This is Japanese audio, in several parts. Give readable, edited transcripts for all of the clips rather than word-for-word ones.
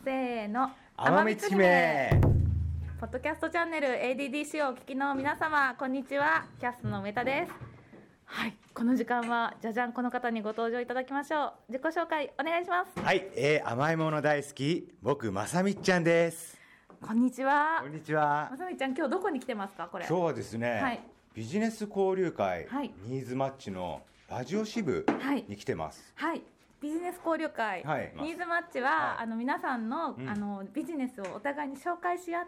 せーの、 天光姫ポッドキャストチャンネル ADDC をお聞きの皆様、こんにちは。キャストの梅田です。はい、この時間はじゃじゃん、この方にご登場いただきましょう。自己紹介お願いします。 はい、甘いもの大好き、僕まさみっちゃんです。 こんにちは。 こんにちは。 まさみちゃん、今日どこに来てますか？これ今日はですね、 はい、 ビジネス交流会、 はい、 ニーズマッチのラジオ支部に来てます。 はい、はい、ビジネス交流会、 はい、 ニーズマッチは、 はい、 皆さんの、ビジネスをお互いに紹介し合って、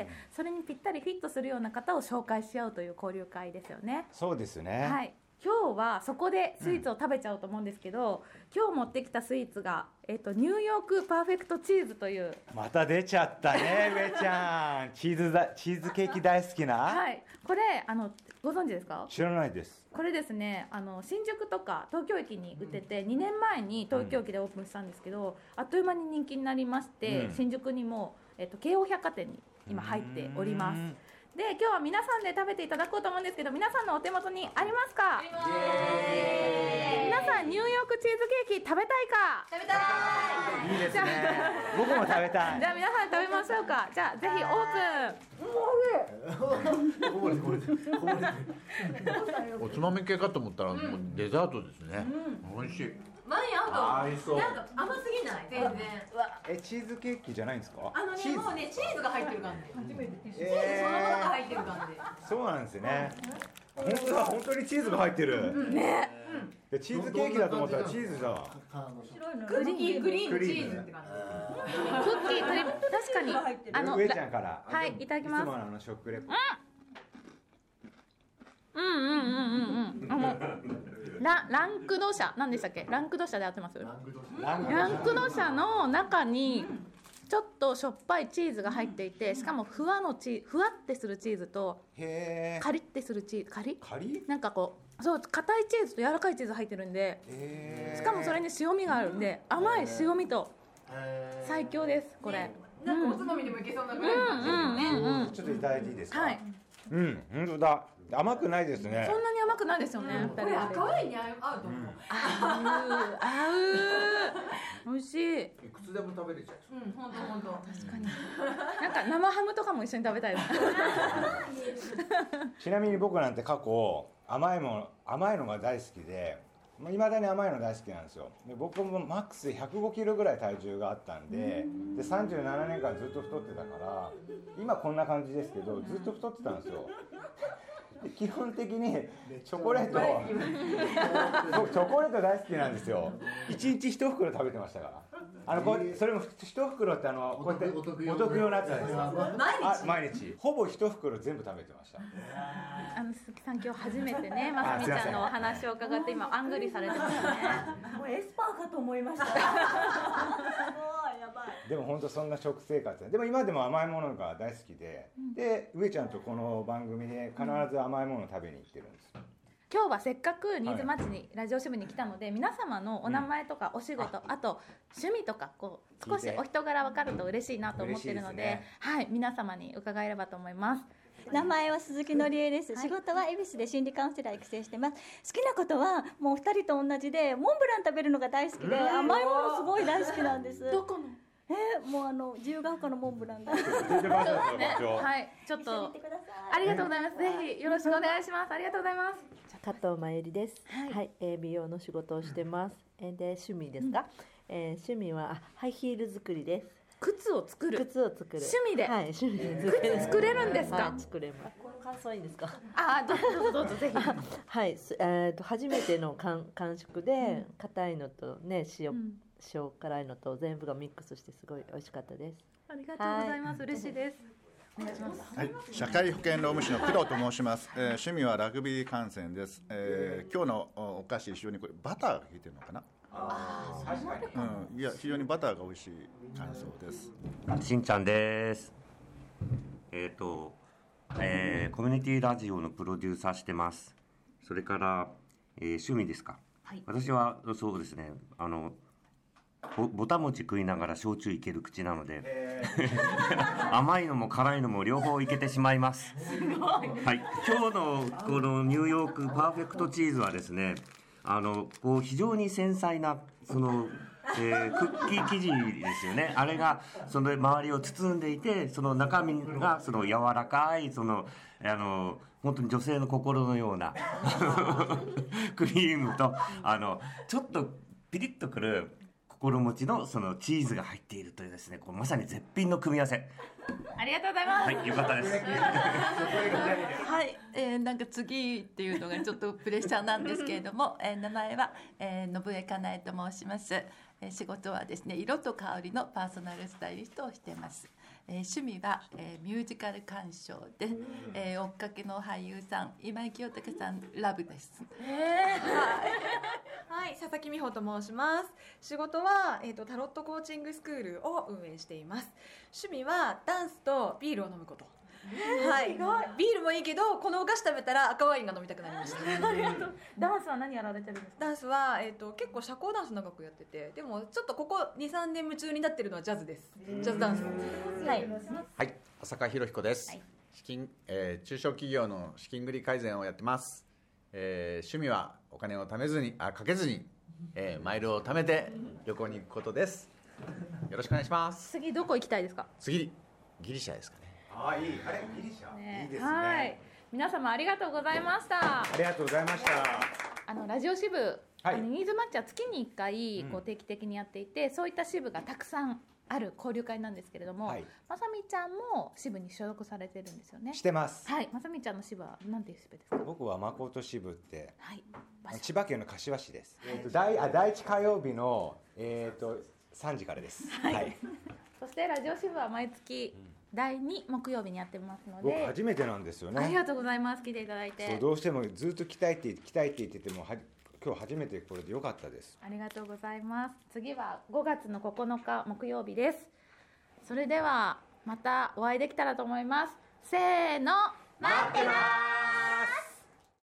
それにぴったりフィットするような方を紹介し合うという交流会ですよね。 そうですね。 はい、今日はそこでスイーツを食べちゃうと思うんですけど、今日持ってきたスイーツが、ニューヨークパーフェクトチーズという。 また出ちゃったね上ちゃん。チーズケーキ大好きな。 はい、これご存知ですか？ 知らないです。 これですね、新宿とか東京駅に売ってて、2年前に東京駅でオープンしたんですけど、あっという間に人気になりまして、新宿にも、京王百貨店に今入っております。で、今日は皆さんで食べていただこうと思うんですけど、皆さんのお手元にありますか？皆さんニューヨークチーズケーキ食べたいか？ 食べたい。 いいですね。僕も食べたい。 じゃあ皆さん食べましょうか。じゃあぜひオープン。おつまみ系かと思ったら、もうデザートですね。美味しい。 前合うとなんか甘すぎない全然。 チーズケーキじゃないんですか？ もうねチーズが入ってる感じ。初めてチーズそのものが入ってる感じ。 そうなんですね。本当にチーズが入ってる。 ね。 でチーズケーキだと思ったらチーズだ。 クッキークリームチーズって感じ。 クッキー確かに上ちゃんから。 はい、いただきます。 いつもの食レポ。 ランクドシャ、何でしたっけ？ランクドシャで合ってます？ランクドシャの中にちょっとしょっぱいチーズが入っていて、しかもふわってするチーズとカリってするチーズ、カリなんかこう、そう、硬いチーズと柔らかいチーズ入ってるんで、しかもそれに塩味があるんで、甘い塩味と最強です。これなんかおつまみでもいけそうなぐらいのちょっといただいていいですか？ はい。 本当だ。甘くないですね。 そんなに甘くないですよね。 これ赤ワインに合うと思う。 合う。美味しい。 いくつでも食べれちゃう。 本当。 確かに。なんか生ハムとかも一緒に食べたいです。 ちなみに僕なんて過去甘いのが大好きで、いまだに甘いの大好きなんですよ。で僕もマックス105キロぐらい体重があったんで、37年間ずっと太ってたから、今こんな感じですけどずっと太ってたんですよ。基本的にチョコレート僕チョコレート大好きなんですよ。1日1袋食べてましたから。それも1袋ってこうやってお得用のやつなんですよ。毎日ほぼ1袋全部食べてました。 鈴木さん、今日初めてね、まさみちゃんのお話を伺って今あんぐりされてますね。 もうエスパーかと思いました。すごいやばい。 でも本当そんな食生活でも今でも甘いものが大好きで、で上ちゃんとこの番組で必ず甘いものを食べに行ってるんです。 今日はせっかくニーズマッチに、ラジオ支部に来たので、皆様のお名前とかお仕事、あと趣味とかこう少しお人柄分かると嬉しいなと思ってるので、はい、皆様に伺えればと思います。 名前は鈴木のりえです。仕事は恵比寿で心理カウンセラー育成してます。好きなことはもう2人と同じで、モンブラン食べるのが大好きで、甘いものすごい大好きなんです。 どこの？ もう自由が丘のモンブランが。 はい、ちょっとありがとうございます。ぜひよろしくお願いします。ありがとうございます。 加藤真由里です。はい、美容の仕事をしてます。で趣味ですか？趣味はハイヒール作りです。 靴を作る。 趣味で。 はい、趣味で。 靴作れるんですか？ はい、作れます。この感想いいんですか？ どうぞぜひ。 はい、初めての感触で硬いのとね塩辛いのと全部がミックスしてすごい美味しかったです。 ありがとうございます。嬉しいです。お願いします。 はい、社会保険労務士の工藤と申します。趣味はラグビー観戦です。今日のお菓子非常にこれバターが効いてるのかな。 確かに。 いや非常にバターが美味しい感想です。 しんちゃんです。コミュニティラジオのプロデューサーしてます。それから、趣味ですか。はい、私はそうですね。ぼた餅食いながら焼酎いける口なので、甘いのも辛いのも両方いけてしまいます。すごい。はい。今日のこのニューヨークパーフェクトチーズはですね、こう非常に繊細なクッキー生地ですよね。あれがその周りを包んでいて、その中身がその柔らかい本当に女性の心のようなクリームとちょっとピリッとくる心持ちのそのチーズが入っているというですね、こうまさに絶品の組み合わせ。 ありがとうございます。 はい、よかったです。 はい、なんか次っていうのがちょっとプレッシャーなんですけれども、名前は、信江かなえと申します。仕事はですね、色と香りのパーソナルスタイリストをしています。趣味は、ミュージカル鑑賞で、追っかけの俳優さん今井清武さんラブです。 はい、佐々木美穂と申します。仕事は、タロットコーチングスクールを運営しています。趣味はダンスとビールを飲むこと。はい、ビールもいいけどこのお菓子食べたら赤ワインが飲みたくなりました。 ダンスは何やられてるんですか？ ダンスは、結構社交ダンス長くやってて、でもちょっとここ 2,3 年夢中になってるのはジャズです。ジャズダンス。はい、 浅香弘彦です。中小企業の資金繰り改善をやってます。趣味はお金をかけずに、マイルを貯めて旅行に行くことです。よろしくお願いします。 次どこ行きたいですか？ 次ギリシャですかね。 あ、いい。あれギリシャ、いいですね。 はい、皆様ありがとうございました。 ありがとうございました。 ラジオ支部、ニーズマッチは月に1回こう定期的にやっていて、そういった支部がたくさんある交流会なんですけれども、まさみちゃんも支部に所属されてるんですよね。 してます。 はい、まさみちゃんの支部は何ていう支部ですか？ 僕は誠支部って、 はい、 千葉県の柏市です。第1火曜日の3時からです。はい。 そしてラジオ支部は毎月第2木曜日にやってますので、 僕初めてなんですよね。 ありがとうございます。来ていただいて。 そう、どうしてもずっと来たいって言ってても今日初めてこれでよかったです。 ありがとうございます。次は5月の9日木曜日です。それではまたお会いできたらと思います。せーの、待ってます。